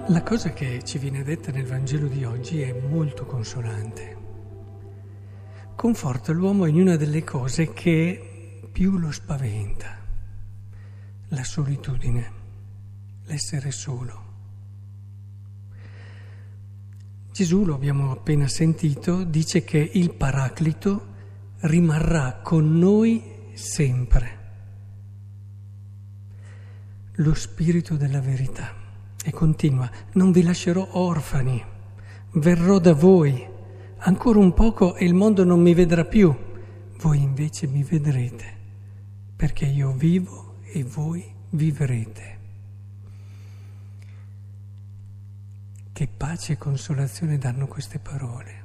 La cosa che ci viene detta nel Vangelo di oggi è molto consolante. Conforta l'uomo in una delle cose che più lo spaventa, la solitudine, l'essere solo. Gesù, lo abbiamo appena sentito, dice che il Paraclito rimarrà con noi sempre. Lo Spirito della verità. E continua: non vi lascerò orfani, verrò da voi, ancora un poco e il mondo non mi vedrà più, voi invece mi vedrete, perché io vivo e voi vivrete. Che pace e consolazione danno queste parole.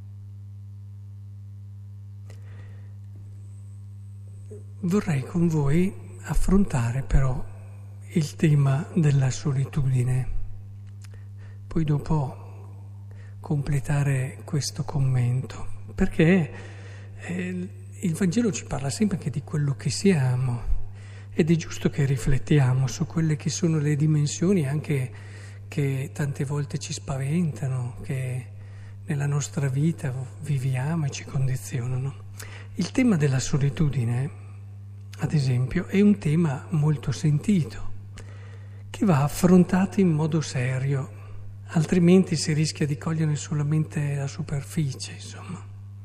Vorrei con voi affrontare però il tema della solitudine, poi dopo completare questo commento, perché il Vangelo ci parla sempre anche di quello che siamo ed è giusto che riflettiamo su quelle che sono le dimensioni anche che tante volte ci spaventano, che nella nostra vita viviamo e ci condizionano. Il tema della solitudine, ad esempio, è un tema molto sentito, che va affrontato in modo serio, altrimenti si rischia di cogliere solamente la superficie, insomma.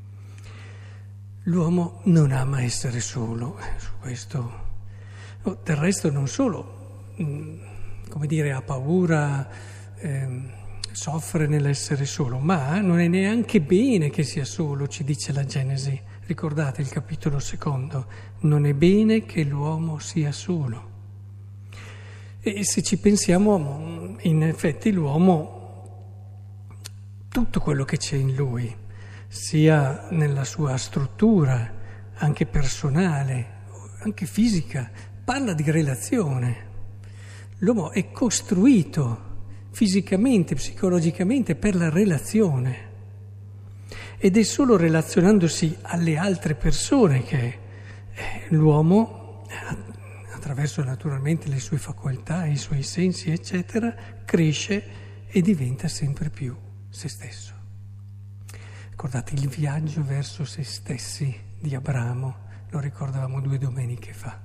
L'uomo non ama essere solo, su questo. Del resto non solo, ha paura, soffre nell'essere solo, ma non è neanche bene che sia solo, ci dice la Genesi. Ricordate il capitolo 2, non è bene che l'uomo sia solo. E se ci pensiamo, in effetti l'uomo, tutto quello che c'è in lui, sia nella sua struttura, anche personale, anche fisica, parla di relazione. L'uomo è costruito fisicamente, psicologicamente per la relazione. Ed è solo relazionandosi alle altre persone che l'uomo, attraverso naturalmente le sue facoltà, i suoi sensi, eccetera, cresce e diventa sempre più se stesso. Ricordate il viaggio verso se stessi di Abramo, lo ricordavamo 2 domeniche fa.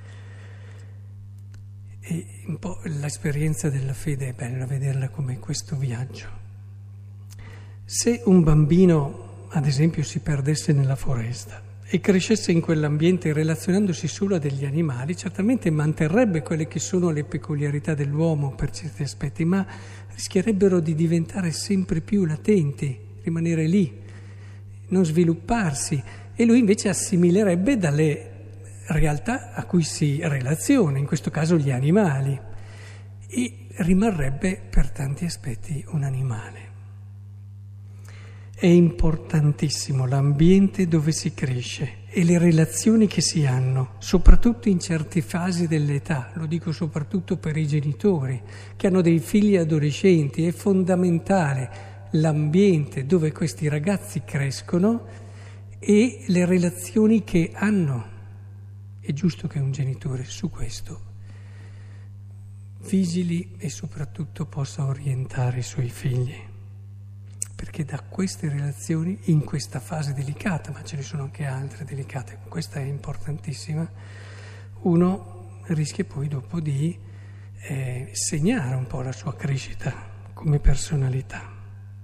E un po' l'esperienza della fede è bella vederla come questo viaggio. Se un bambino, ad esempio, si perdesse nella foresta e crescesse in quell'ambiente relazionandosi solo a degli animali, certamente manterrebbe quelle che sono le peculiarità dell'uomo per certi aspetti, ma rischierebbero di diventare sempre più latenti, rimanere lì, non svilupparsi, e lui invece assimilerebbe dalle realtà a cui si relaziona, in questo caso gli animali, e rimarrebbe per tanti aspetti un animale. È importantissimo l'ambiente dove si cresce e le relazioni che si hanno, soprattutto in certe fasi dell'età, lo dico soprattutto per i genitori che hanno dei figli adolescenti. È fondamentale l'ambiente dove questi ragazzi crescono e le relazioni che hanno. È giusto che un genitore su questo vigili e soprattutto possa orientare i suoi figli. Perché da queste relazioni, in questa fase delicata, ma ce ne sono anche altre delicate, questa è importantissima, uno rischia poi dopo di segnare un po' la sua crescita come personalità.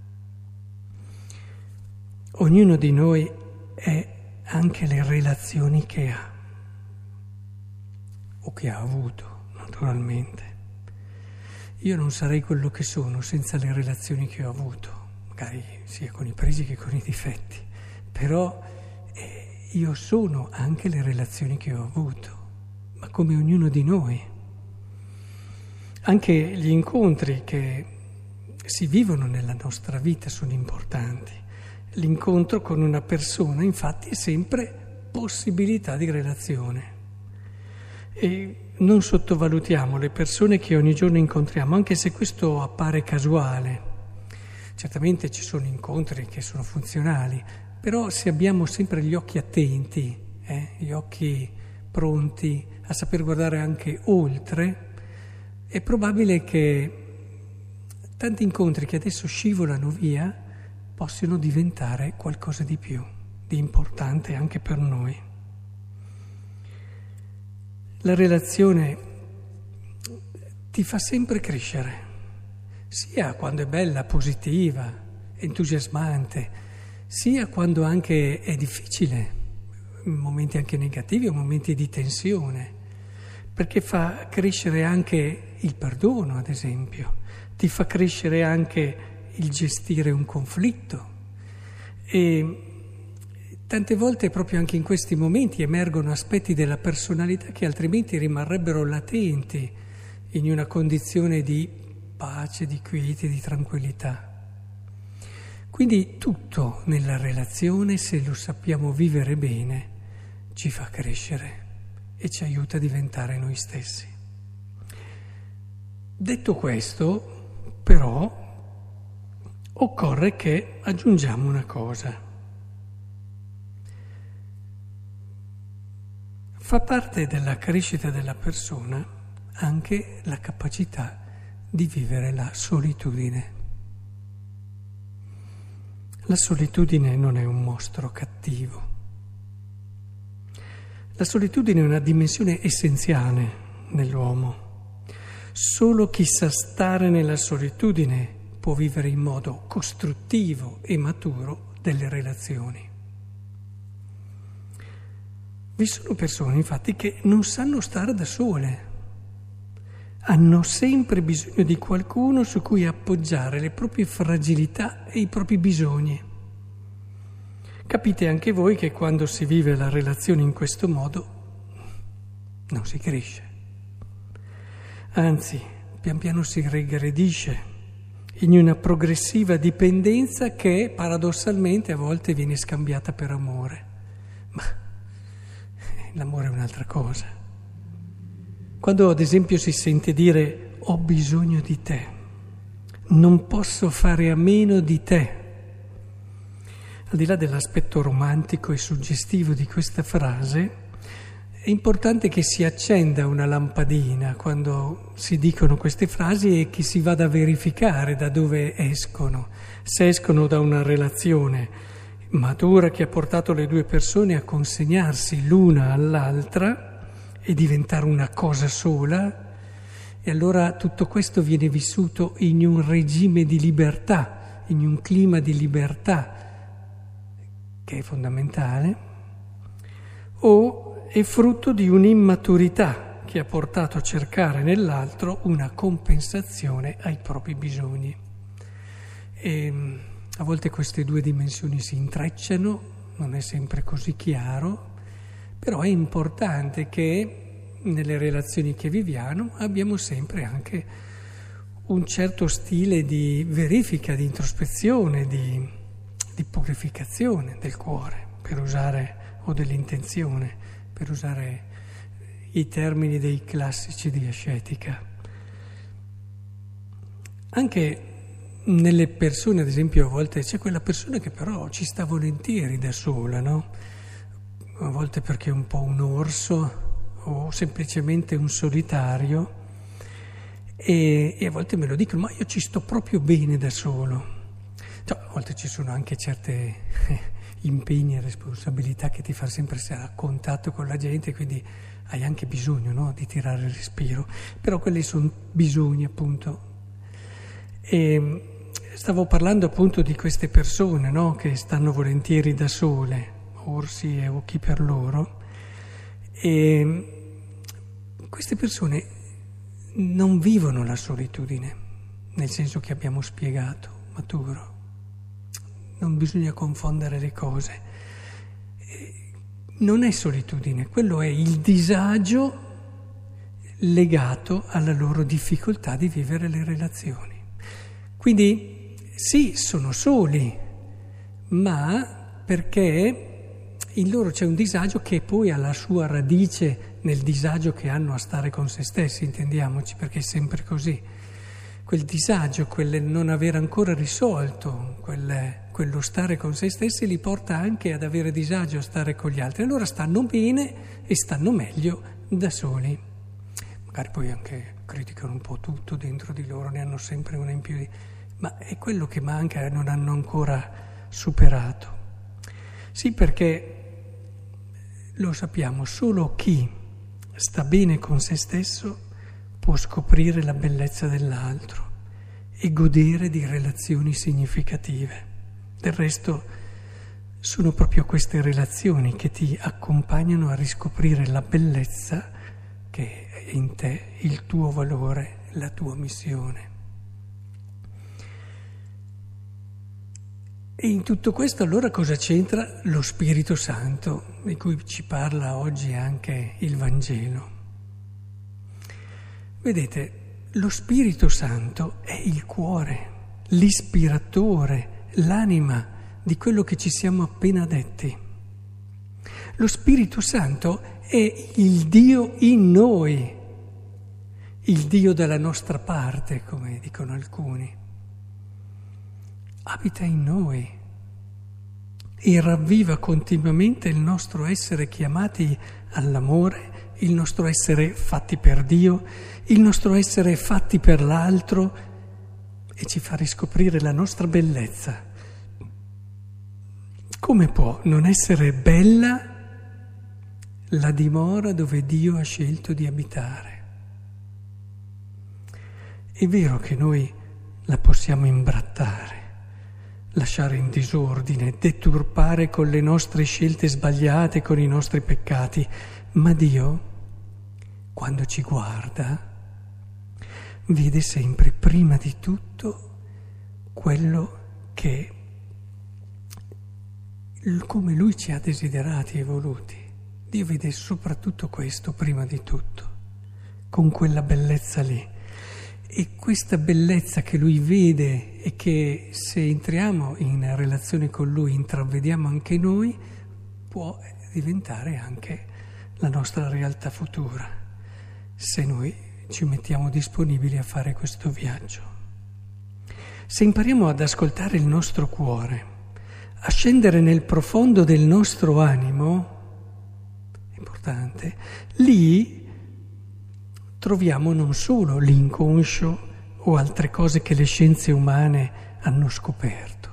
Ognuno di noi è anche le relazioni che ha, o che ha avuto, naturalmente. Io non sarei quello che sono senza le relazioni che ho avuto, magari sia con i pregi che con i difetti, però io sono anche le relazioni che ho avuto, ma come ognuno di noi. Anche gli incontri che si vivono nella nostra vita sono importanti. L'incontro con una persona, infatti, è sempre possibilità di relazione. E non sottovalutiamo le persone che ogni giorno incontriamo, anche se questo appare casuale. Certamente ci sono incontri che sono funzionali, però se abbiamo sempre gli occhi attenti, gli occhi pronti a saper guardare anche oltre, è probabile che tanti incontri che adesso scivolano via possono diventare qualcosa di più, di importante anche per noi. La relazione ti fa sempre crescere, sia quando è bella, positiva, entusiasmante, sia quando anche è difficile, in momenti anche negativi o momenti di tensione, perché fa crescere anche il perdono, ad esempio, ti fa crescere anche il gestire un conflitto. E tante volte proprio anche in questi momenti emergono aspetti della personalità che altrimenti rimarrebbero latenti in una condizione di pace, di quiete, di tranquillità. Quindi tutto nella relazione, se lo sappiamo vivere bene, ci fa crescere e ci aiuta a diventare noi stessi. Detto questo, però, occorre che aggiungiamo una cosa. Fa parte della crescita della persona anche la capacità di vivere la solitudine. La solitudine non è un mostro cattivo. La solitudine è una dimensione essenziale nell'uomo. Solo chi sa stare nella solitudine può vivere in modo costruttivo e maturo delle relazioni. Vi sono persone, infatti, che non sanno stare da sole. Hanno sempre bisogno di qualcuno su cui appoggiare le proprie fragilità e i propri bisogni. Capite anche voi che quando si vive la relazione in questo modo non si cresce. Anzi, pian piano si regredisce in una progressiva dipendenza che paradossalmente a volte viene scambiata per amore. Ma l'amore è un'altra cosa. Quando ad esempio si sente dire ho bisogno di te, non posso fare a meno di te, al di là dell'aspetto romantico e suggestivo di questa frase, è importante che si accenda una lampadina quando si dicono queste frasi e che si vada a verificare da dove escono. Se escono da una relazione matura che ha portato le due persone a consegnarsi l'una all'altra e diventare una cosa sola, e allora tutto questo viene vissuto in un regime di libertà, in un clima di libertà che è fondamentale, o è frutto di un'immaturità che ha portato a cercare nell'altro una compensazione ai propri bisogni. E a volte queste due dimensioni si intrecciano, non è sempre così chiaro, però è importante che nelle relazioni che viviamo abbiamo sempre anche un certo stile di verifica, di introspezione, di purificazione del cuore, per usare, o dell'intenzione, per usare i termini dei classici di ascetica. Anche nelle persone, ad esempio, a volte c'è quella persona che però ci sta volentieri da sola, no? A volte perché è un po' un orso o semplicemente un solitario e a volte me lo dicono, ma io ci sto proprio bene da solo. Cioè, a volte ci sono anche certe impegni e responsabilità che ti fanno sempre essere a contatto con la gente, quindi hai anche bisogno, no, di tirare il respiro, però quelli sono bisogni, appunto. E stavo parlando appunto di queste persone, no, che stanno volentieri da sole, orsi o chi per loro, e queste persone non vivono la solitudine nel senso che abbiamo spiegato, maturo. Non bisogna confondere le cose. Non è solitudine, quello è il disagio legato alla loro difficoltà di vivere le relazioni. Quindi sì, sono soli, ma perché in loro c'è un disagio che poi ha la sua radice nel disagio che hanno a stare con se stessi, intendiamoci, perché è sempre così. Quel disagio, quel non aver ancora risolto, quello stare con se stessi li porta anche ad avere disagio a stare con gli altri. Allora stanno bene e stanno meglio da soli. Magari poi anche criticano un po' tutto dentro di loro, ne hanno sempre una in più, ma è quello che manca e non hanno ancora superato. Sì, perché lo sappiamo, solo chi sta bene con se stesso può scoprire la bellezza dell'altro e godere di relazioni significative. Del resto sono proprio queste relazioni che ti accompagnano a riscoprire la bellezza che è in te, il tuo valore, la tua missione. E in tutto questo allora cosa c'entra lo Spirito Santo, di cui ci parla oggi anche il Vangelo? Vedete, lo Spirito Santo è il cuore, l'ispiratore, l'anima di quello che ci siamo appena detti. Lo Spirito Santo è il Dio in noi, il Dio dalla nostra parte, come dicono alcuni. Abita in noi e ravviva continuamente il nostro essere chiamati all'amore, il nostro essere fatti per Dio, il nostro essere fatti per l'altro e ci fa riscoprire la nostra bellezza. Come può non essere bella la dimora dove Dio ha scelto di abitare? È vero che noi la possiamo imbrattare, lasciare in disordine, deturpare con le nostre scelte sbagliate, con i nostri peccati, ma Dio, quando ci guarda, vede sempre prima di tutto quello che, come Lui ci ha desiderati e voluti. Dio vede soprattutto questo prima di tutto, con quella bellezza lì. E questa bellezza che Lui vede e che se entriamo in relazione con Lui intravediamo anche noi, può diventare anche la nostra realtà futura, se noi ci mettiamo disponibili a fare questo viaggio. Se impariamo ad ascoltare il nostro cuore, a scendere nel profondo del nostro animo, è importante, lì troviamo non solo l'inconscio o altre cose che le scienze umane hanno scoperto.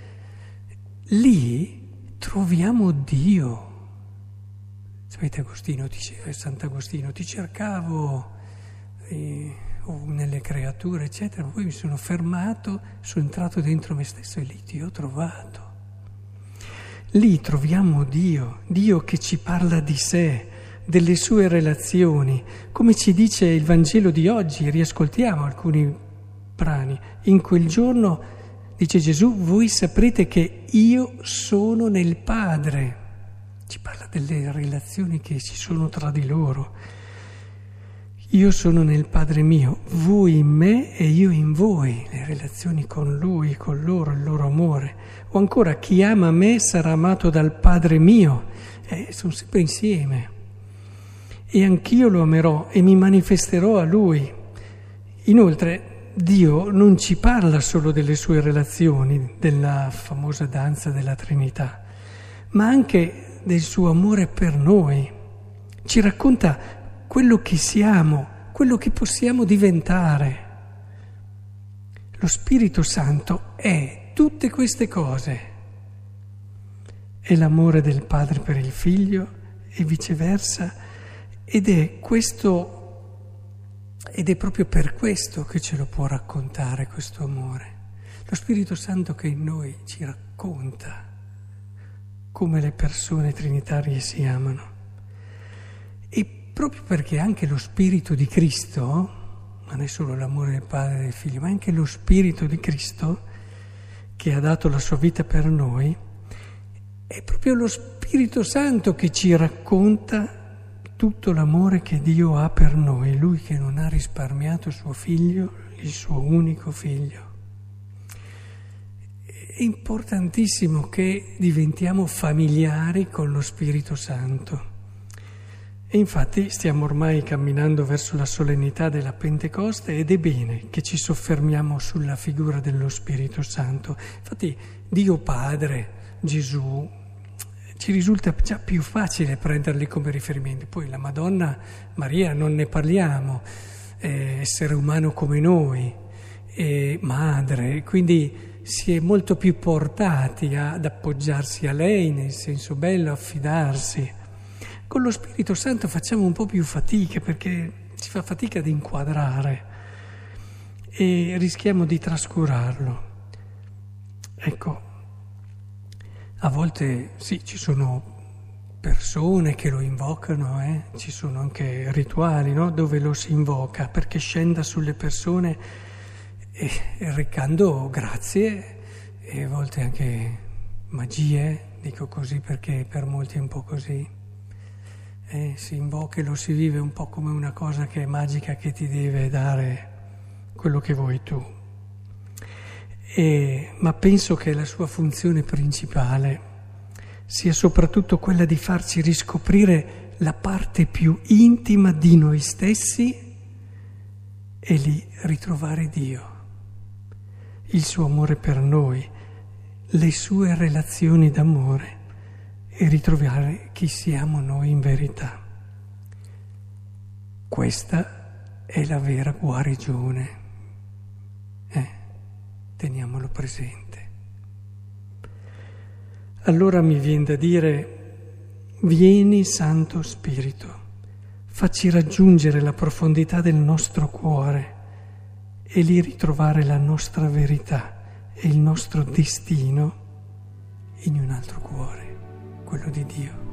Lì troviamo Dio. Sapete, Agostino dice, Sant'Agostino, ti cercavo nelle creature, eccetera, poi mi sono fermato, sono entrato dentro me stesso e lì ti ho trovato. Lì troviamo Dio, Dio che ci parla di sé, delle sue relazioni, come ci dice il Vangelo di oggi, riascoltiamo alcuni brani. In quel giorno, dice Gesù, voi saprete che io sono nel Padre. Ci parla delle relazioni che ci sono tra di loro. Io sono nel Padre mio, voi in me e io in voi, le relazioni con Lui, con loro, il loro amore. O ancora, chi ama me sarà amato dal Padre mio. Sono sempre insieme. E anch'io lo amerò e mi manifesterò a Lui. Inoltre, Dio non ci parla solo delle sue relazioni, della famosa danza della Trinità, ma anche del suo amore per noi. Ci racconta quello che siamo, quello che possiamo diventare. Lo Spirito Santo è tutte queste cose. È l'amore del Padre per il Figlio e viceversa. Ed è proprio per questo che ce lo può raccontare questo amore. Lo Spirito Santo che in noi ci racconta come le persone trinitarie si amano. E proprio perché anche lo Spirito di Cristo, non è solo l'amore del Padre e del Figlio, ma anche lo Spirito di Cristo che ha dato la sua vita per noi, è proprio lo Spirito Santo che ci racconta tutto l'amore che Dio ha per noi, Lui che non ha risparmiato suo figlio, il suo unico figlio. È importantissimo che diventiamo familiari con lo Spirito Santo. E infatti stiamo ormai camminando verso la solennità della Pentecoste ed è bene che ci soffermiamo sulla figura dello Spirito Santo. Infatti Dio Padre, Gesù, ci risulta già più facile prenderli come riferimento. Poi la Madonna Maria non ne parliamo, essere umano come noi, madre, quindi si è molto più portati ad appoggiarsi a lei, nel senso bello, affidarsi. Con lo Spirito Santo facciamo un po' più fatica, perché si fa fatica ad inquadrare e rischiamo di trascurarlo. Ecco, a volte sì, ci sono persone che lo invocano, ci sono anche rituali, no? Dove lo si invoca perché scenda sulle persone e recando grazie e a volte anche magie, dico così perché per molti è un po' così. Si invoca e lo si vive un po' come una cosa che è magica, che ti deve dare quello che vuoi tu. Ma penso che la sua funzione principale sia soprattutto quella di farci riscoprire la parte più intima di noi stessi e lì ritrovare Dio, il suo amore per noi, le sue relazioni d'amore e ritrovare chi siamo noi in verità. Questa è la vera guarigione. Teniamolo presente. Allora mi viene da dire: vieni Santo Spirito, facci raggiungere la profondità del nostro cuore e lì ritrovare la nostra verità e il nostro destino in un altro cuore, quello di Dio.